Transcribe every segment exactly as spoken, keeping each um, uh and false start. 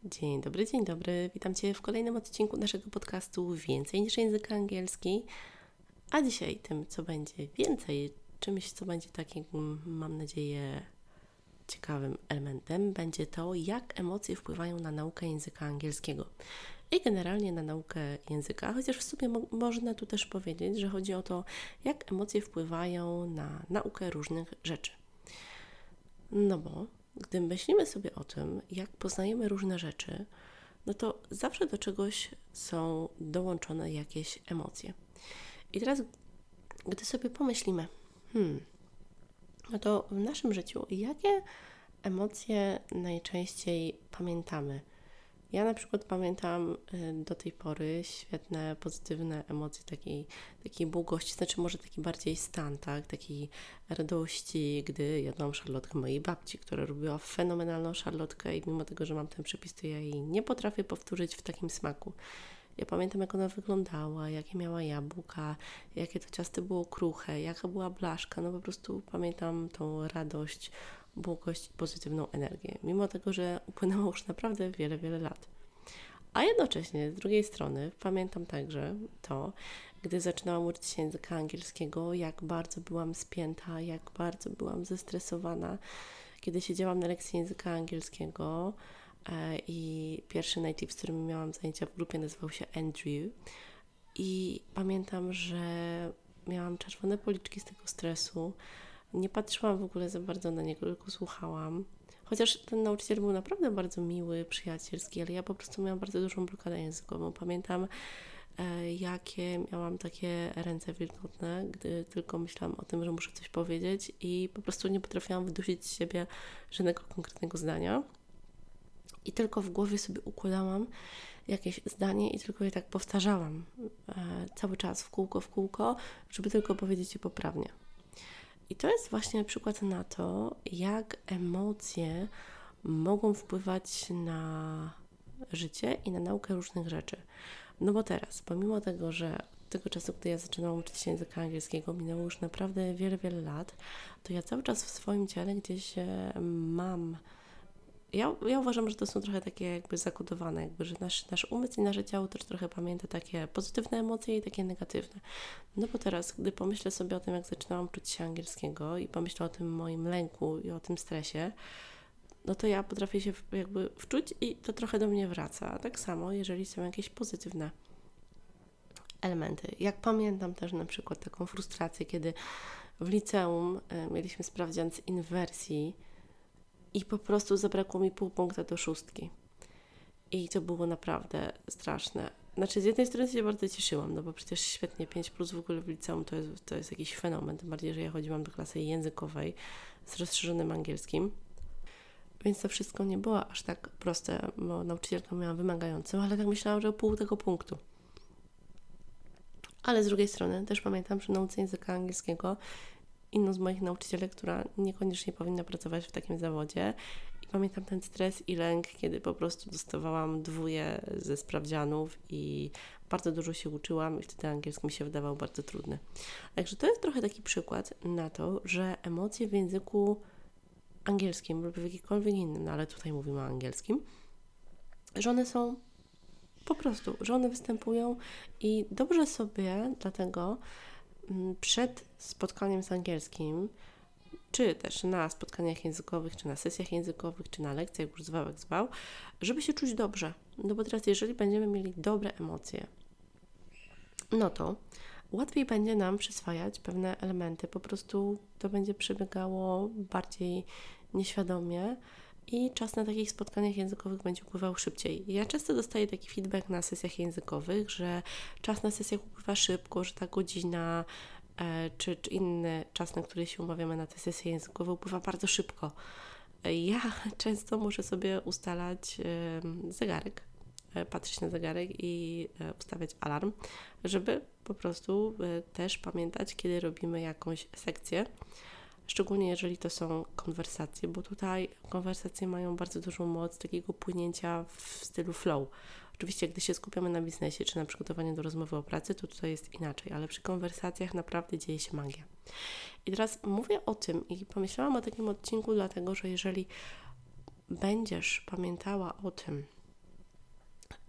Dzień dobry, dzień dobry. Witam Cię w kolejnym odcinku naszego podcastu Więcej niż język angielski. A dzisiaj tym, co będzie więcej, czymś, co będzie takim, mam nadzieję, ciekawym elementem, będzie to, jak emocje wpływają na naukę języka angielskiego i generalnie na naukę języka, chociaż w sumie mo- można tu też powiedzieć, że chodzi o to, jak emocje wpływają na naukę różnych rzeczy. No bo gdy myślimy sobie o tym, jak poznajemy różne rzeczy, no to zawsze do czegoś są dołączone jakieś emocje. I teraz, gdy sobie pomyślimy, hmm, no to w naszym życiu jakie emocje najczęściej pamiętamy? Ja na przykład pamiętam do tej pory świetne, pozytywne emocje takiej, takiej błogości, znaczy może taki bardziej stan, tak? Takiej radości, gdy jadłam szarlotkę mojej babci, która robiła fenomenalną szarlotkę i mimo tego, że mam ten przepis, to ja jej nie potrafię powtórzyć w takim smaku. Ja pamiętam, jak ona wyglądała, jakie miała jabłka, jakie to ciasto było kruche, jaka była blaszka, no po prostu pamiętam tą radość, błogość i pozytywną energię, mimo tego, że upłynęło już naprawdę wiele, wiele lat. A jednocześnie, z drugiej strony, pamiętam także to, gdy zaczynałam uczyć się języka angielskiego, jak bardzo byłam spięta, jak bardzo byłam zestresowana, kiedy siedziałam na lekcji języka angielskiego e, i pierwszy native, z którym miałam zajęcia w grupie, nazywał się Andrew i pamiętam, że miałam czerwone policzki z tego stresu. Nie patrzyłam w ogóle za bardzo na niego, tylko słuchałam. Chociaż ten nauczyciel był naprawdę bardzo miły, przyjacielski, ale ja po prostu miałam bardzo dużą blokadę językową. Pamiętam, e, jakie miałam takie ręce wilgotne, gdy tylko myślałam o tym, że muszę coś powiedzieć i po prostu nie potrafiłam wydusić z siebie żadnego konkretnego zdania. I tylko w głowie sobie układałam jakieś zdanie i tylko je tak powtarzałam e, cały czas, w kółko, w kółko, żeby tylko powiedzieć je poprawnie. I to jest właśnie przykład na to, jak emocje mogą wpływać na życie i na naukę różnych rzeczy. No bo teraz, pomimo tego, że od tego czasu, gdy ja zaczynałam uczyć się języka angielskiego, minęło już naprawdę wiele, wiele lat, to ja cały czas w swoim ciele gdzieś mam... Ja, ja uważam, że to są trochę takie jakby zakodowane, jakby, że nasz, nasz umysł i nasze ciało też trochę pamięta takie pozytywne emocje i takie negatywne. No bo teraz, gdy pomyślę sobie o tym, jak zaczynałam uczyć się angielskiego i pomyślę o tym moim lęku i o tym stresie, no to ja potrafię się jakby wczuć i to trochę do mnie wraca. A tak samo, jeżeli są jakieś pozytywne elementy. Jak pamiętam też na przykład taką frustrację, kiedy w liceum y, mieliśmy sprawdzian z inwersji i po prostu zabrakło mi pół punkta do szóstki. I to było naprawdę straszne. Znaczy z jednej strony się bardzo cieszyłam, no bo przecież świetnie, pięć plus w ogóle w liceum to jest, to jest jakiś fenomen, tym bardziej, że ja chodziłam do klasy językowej z rozszerzonym angielskim. Więc to wszystko nie było aż tak proste, bo nauczycielkę miałam wymagającą, ale tak myślałam, że o pół tego punktu. Ale z drugiej strony też pamiętam, że nauce języka angielskiego inną z moich nauczycielek, która niekoniecznie powinna pracować w takim zawodzie. I pamiętam ten stres i lęk, kiedy po prostu dostawałam dwóje ze sprawdzianów i bardzo dużo się uczyłam i wtedy angielski mi się wydawał bardzo trudny. Także to jest trochę taki przykład na to, że emocje w języku angielskim lub w jakikolwiek innym, no ale tutaj mówimy o angielskim, że one są po prostu, że one występują i dobrze sobie dlatego przed spotkaniem z angielskim, czy też na spotkaniach językowych, czy na sesjach językowych, czy na lekcjach, już zwał jak zwał, żeby się czuć dobrze. No bo teraz, jeżeli będziemy mieli dobre emocje, no to łatwiej będzie nam przyswajać pewne elementy. Po prostu to będzie przebiegało bardziej nieświadomie i czas na takich spotkaniach językowych będzie upływał szybciej. Ja często dostaję taki feedback na sesjach językowych, że czas na sesjach upływa szybko, że ta godzina e, czy, czy inny czas, na który się umawiamy na te sesje językowe, upływa bardzo szybko. Ja często muszę sobie ustalać e, zegarek, e, patrzeć na zegarek i e, ustawiać alarm, żeby po prostu e, też pamiętać, kiedy robimy jakąś sekcję. Szczególnie jeżeli to są konwersacje, bo tutaj konwersacje mają bardzo dużą moc takiego płynięcia w stylu flow. Oczywiście, gdy się skupiamy na biznesie czy na przygotowaniu do rozmowy o pracy, to tutaj jest inaczej, ale przy konwersacjach naprawdę dzieje się magia. I teraz mówię o tym i pomyślałam o takim odcinku, dlatego że jeżeli będziesz pamiętała o tym,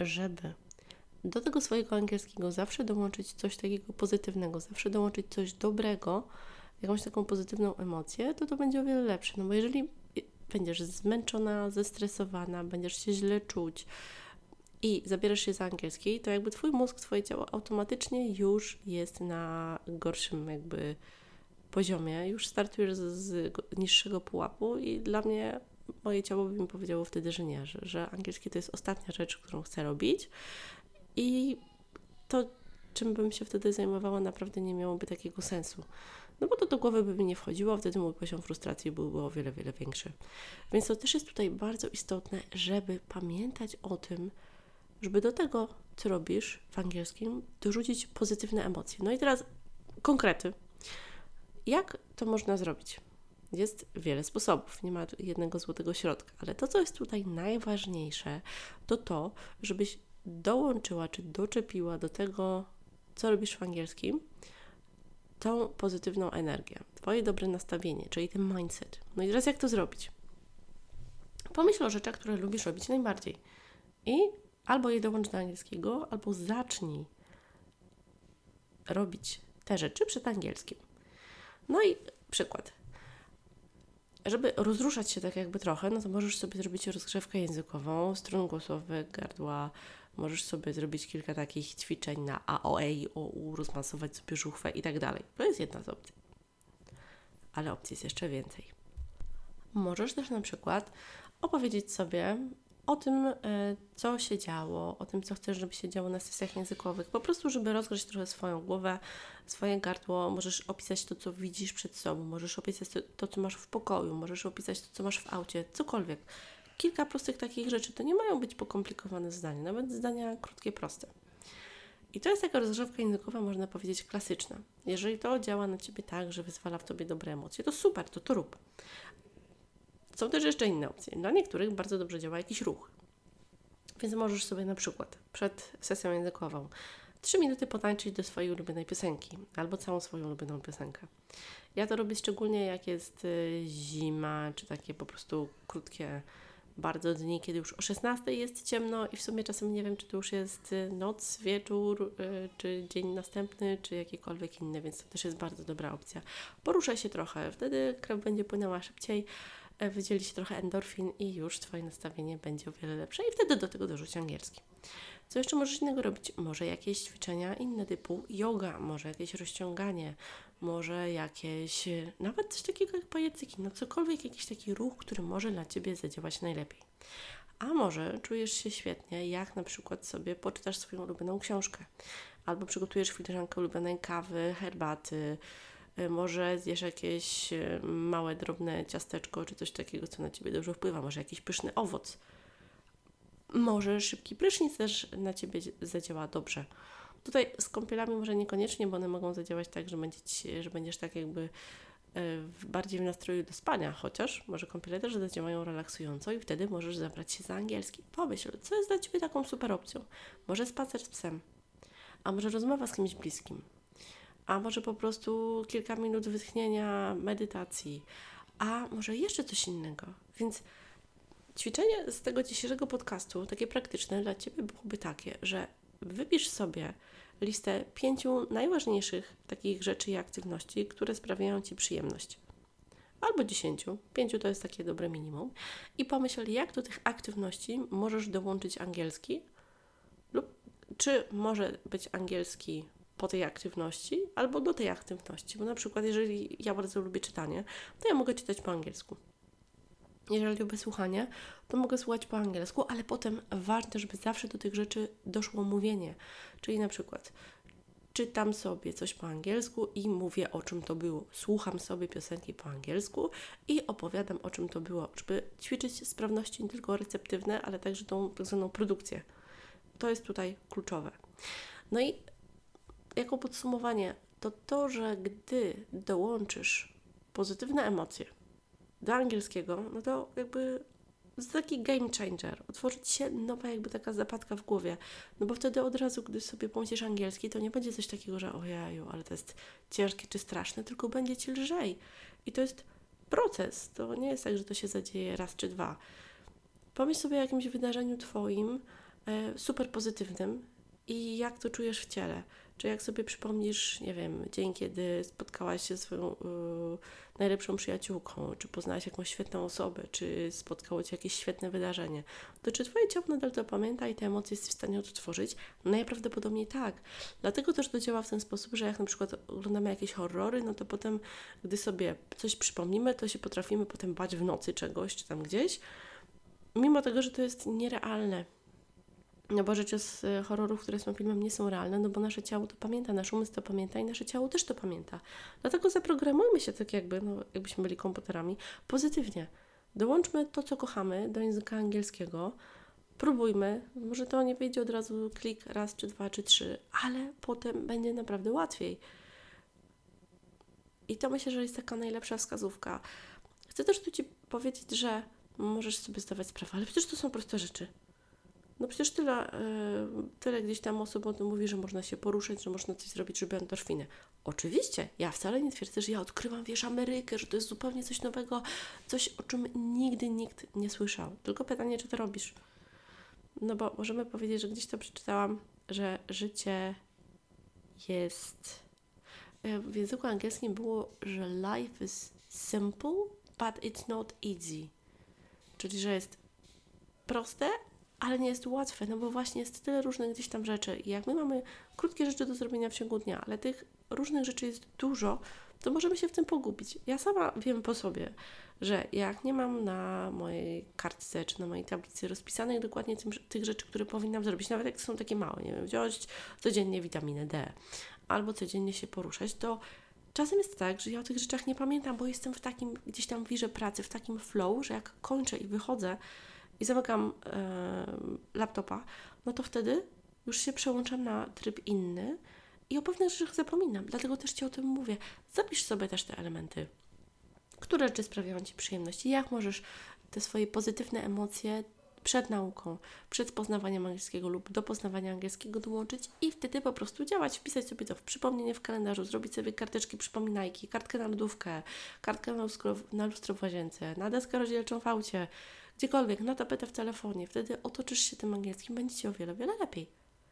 żeby do tego swojego angielskiego zawsze dołączyć coś takiego pozytywnego, zawsze dołączyć coś dobrego, jakąś taką pozytywną emocję, to to będzie o wiele lepsze. No bo jeżeli będziesz zmęczona, zestresowana, będziesz się źle czuć i zabierasz się za angielski, to jakby Twój mózg, Twoje ciało automatycznie już jest na gorszym jakby poziomie, już startujesz z, z niższego pułapu i dla mnie moje ciało by mi powiedziało wtedy, że nie, że, że angielski to jest ostatnia rzecz, którą chcę robić i to, czym bym się wtedy zajmowała, naprawdę nie miałoby takiego sensu. No bo to do głowy by mi nie wchodziło, a wtedy mój poziom frustracji byłby o wiele, wiele większy. Więc to też jest tutaj bardzo istotne, żeby pamiętać o tym, żeby do tego, co robisz w angielskim, dorzucić pozytywne emocje. No i teraz konkrety. Jak to można zrobić? Jest wiele sposobów, nie ma jednego złotego środka, ale to, co jest tutaj najważniejsze, to to, żebyś dołączyła czy doczepiła do tego, co robisz w angielskim, tą pozytywną energię, Twoje dobre nastawienie, czyli ten mindset. No i teraz jak to zrobić? Pomyśl o rzeczach, które lubisz robić najbardziej i albo je dołącz do angielskiego, albo zacznij robić te rzeczy przed angielskim. No i przykład. Żeby rozruszać się tak jakby trochę, no to możesz sobie zrobić rozgrzewkę językową, strun głosowych, gardła, możesz sobie zrobić kilka takich ćwiczeń na A, O, E, I, O, U, rozmasować sobie żuchwę i tak dalej. To jest jedna z opcji. Ale opcji jest jeszcze więcej. Możesz też na przykład opowiedzieć sobie o tym, co się działo, o tym, co chcesz, żeby się działo na sesjach językowych. Po prostu, żeby rozgrzać trochę swoją głowę, swoje gardło. Możesz opisać to, co widzisz przed sobą. Możesz opisać to, to co masz w pokoju. Możesz opisać to, co masz w aucie. Cokolwiek. Kilka prostych takich rzeczy. To nie mają być pokomplikowane zdania. Nawet zdania krótkie, proste. I to jest taka rozgrzewka językowa, można powiedzieć, klasyczna. Jeżeli to działa na Ciebie tak, że wyzwala w Tobie dobre emocje, to super, to to rób. Są też jeszcze inne opcje. Dla niektórych bardzo dobrze działa jakiś ruch. Więc możesz sobie na przykład przed sesją językową trzy minuty potańczyć do swojej ulubionej piosenki albo całą swoją ulubioną piosenkę. Ja to robię szczególnie jak jest y, zima, czy takie po prostu krótkie bardzo dni, kiedy już o szesnastej jest ciemno i w sumie czasem nie wiem, czy to już jest noc, wieczór, y, czy dzień następny, czy jakiekolwiek inny, więc to też jest bardzo dobra opcja. Poruszaj się trochę, wtedy krew będzie płynęła szybciej, wydzieli się trochę endorfin i już Twoje nastawienie będzie o wiele lepsze i wtedy do tego dorzuć angielski. Co jeszcze możesz innego robić? Może jakieś ćwiczenia inne typu yoga, może jakieś rozciąganie, może jakieś, nawet coś takiego jak pajacyki, no cokolwiek, jakiś taki ruch, który może dla Ciebie zadziałać najlepiej. A może czujesz się świetnie, jak na przykład sobie poczytasz swoją ulubioną książkę, albo przygotujesz filiżankę ulubionej kawy, herbaty, może zjesz jakieś małe, drobne ciasteczko, czy coś takiego, co na Ciebie dobrze wpływa, może jakiś pyszny owoc. Może szybki prysznic też na Ciebie zadziała dobrze. Tutaj z kąpielami może niekoniecznie, bo one mogą zadziałać tak, że, będzie ci, że będziesz tak jakby bardziej w nastroju do spania, chociaż może kąpiele też zadziałają relaksująco i wtedy możesz zabrać się za angielski. Pomyśl, co jest dla Ciebie taką super opcją? Może spacer z psem, a może rozmowa z kimś bliskim, a może po prostu kilka minut wytchnienia, medytacji, a może jeszcze coś innego. Więc ćwiczenie z tego dzisiejszego podcastu, takie praktyczne dla Ciebie byłoby takie, że wypisz sobie listę pięciu najważniejszych takich rzeczy i aktywności, które sprawiają Ci przyjemność. Albo dziesięciu, pięciu to jest takie dobre minimum. I pomyśl, jak do tych aktywności możesz dołączyć angielski lub czy może być angielski po tej aktywności albo do tej aktywności. Bo na przykład, jeżeli ja bardzo lubię czytanie, to ja mogę czytać po angielsku. Jeżeli lubię słuchanie, to mogę słuchać po angielsku, ale potem ważne, żeby zawsze do tych rzeczy doszło mówienie. Czyli na przykład czytam sobie coś po angielsku i mówię, o czym to było. Słucham sobie piosenki po angielsku i opowiadam, o czym to było. Żeby ćwiczyć sprawności nie tylko receptywne, ale także tą tak zwaną produkcję. To jest tutaj kluczowe. No i jako podsumowanie, to to, że gdy dołączysz pozytywne emocje do angielskiego, no to jakby jest taki game changer. Otworzy Ci się nowa jakby taka zapadka w głowie. No bo wtedy od razu, gdy sobie pomyślisz angielski, to nie będzie coś takiego, że ojeju, ale to jest ciężkie czy straszne, tylko będzie Ci lżej. I to jest proces. To nie jest tak, że to się zadzieje raz czy dwa. Pomyśl sobie o jakimś wydarzeniu Twoim, e, super pozytywnym i jak to czujesz w ciele. Czy jak sobie przypomnisz, nie wiem, dzień, kiedy spotkałaś się ze swoją y, najlepszą przyjaciółką, czy poznałaś jakąś świetną osobę, czy spotkało Cię jakieś świetne wydarzenie, to czy Twoje ciało nadal to pamięta i te emocje jest w stanie odtworzyć? Najprawdopodobniej tak. Dlatego też to działa w ten sposób, że jak na przykład oglądamy jakieś horrory, no to potem, gdy sobie coś przypomnimy, to się potrafimy potem bać w nocy czegoś, czy tam gdzieś, mimo tego, że to jest nierealne. No bo rzeczy z y, horrorów, które są filmem, nie są realne, no bo nasze ciało to pamięta, nasz umysł to pamięta i nasze ciało też to pamięta. Dlatego zaprogramujmy się tak jakby, no jakbyśmy byli komputerami, pozytywnie. Dołączmy to, co kochamy do języka angielskiego, próbujmy, może to nie wyjdzie od razu klik raz, czy dwa, czy trzy, ale potem będzie naprawdę łatwiej. I to myślę, że jest taka najlepsza wskazówka. Chcę też tu Ci powiedzieć, że możesz sobie zdawać sprawę, ale przecież to są proste rzeczy. No przecież tyle, yy, tyle gdzieś tam osób o tym mówi, że można się poruszać, że można coś zrobić, żeby endorfiny. Oczywiście, ja wcale nie twierdzę, że ja odkrywam, wiesz, Amerykę, że to jest zupełnie coś nowego, coś, o czym nigdy nikt nie słyszał. Tylko pytanie, czy to robisz? No bo możemy powiedzieć, że gdzieś to przeczytałam, że życie jest... W języku angielskim było, że life is simple, but it's not easy. Czyli, że jest proste, ale nie jest łatwe, no bo właśnie jest tyle różnych gdzieś tam rzeczy i jak my mamy krótkie rzeczy do zrobienia w ciągu dnia, ale tych różnych rzeczy jest dużo, to możemy się w tym pogubić. Ja sama wiem po sobie, że jak nie mam na mojej kartce czy na mojej tablicy rozpisanych dokładnie tym, tych rzeczy, które powinnam zrobić, nawet jak są takie małe, nie wiem, wziąć codziennie witaminę D albo codziennie się poruszać, to czasem jest tak, że ja o tych rzeczach nie pamiętam, bo jestem w takim gdzieś tam wirze pracy, w takim flow, że jak kończę i wychodzę i zamykam e, laptopa, no to wtedy już się przełączam na tryb inny i o pewnych rzeczach zapominam. Dlatego też Ci o tym mówię. Zapisz sobie też te elementy, które rzeczy sprawiają Ci przyjemność i jak możesz te swoje pozytywne emocje przed nauką, przed poznawaniem angielskiego lub do poznawania angielskiego dołączyć i wtedy po prostu działać, wpisać sobie to w przypomnienie w kalendarzu, zrobić sobie karteczki, przypominajki, kartkę na lodówkę, kartkę na lustro, na lustro w łazience, na deskę rozdzielczą w aucie, gdziekolwiek, na tapetę w telefonie. Wtedy otoczysz się tym angielskim, będzie Ci o wiele, wiele lepiej.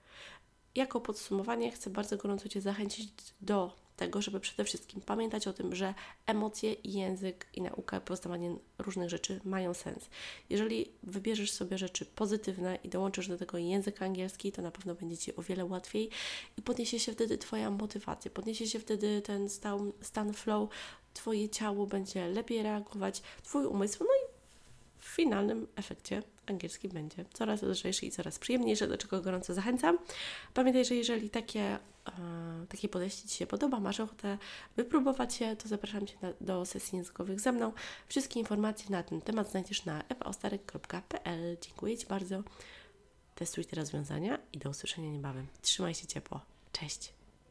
Jako podsumowanie chcę bardzo gorąco Cię zachęcić do tego, żeby przede wszystkim pamiętać o tym, że emocje i język i nauka, poznawanie różnych rzeczy mają sens. Jeżeli wybierzesz sobie rzeczy pozytywne i dołączysz do tego język angielski, to na pewno będzie Ci o wiele łatwiej i podniesie się wtedy Twoja motywacja, podniesie się wtedy ten stan, stan flow, Twoje ciało będzie lepiej reagować, Twój umysł, no i w finalnym efekcie angielski będzie coraz lżejszy i coraz przyjemniejszy, do czego gorąco zachęcam. Pamiętaj, że jeżeli takie, e, takie podejście Ci się podoba, masz ochotę wypróbować je, to zapraszam Cię na, do sesji językowych ze mną. Wszystkie informacje na ten temat znajdziesz na ewa ostarek kropka p l. Dziękuję Ci bardzo. Testuj te rozwiązania i do usłyszenia niebawem. Trzymaj się ciepło. Cześć!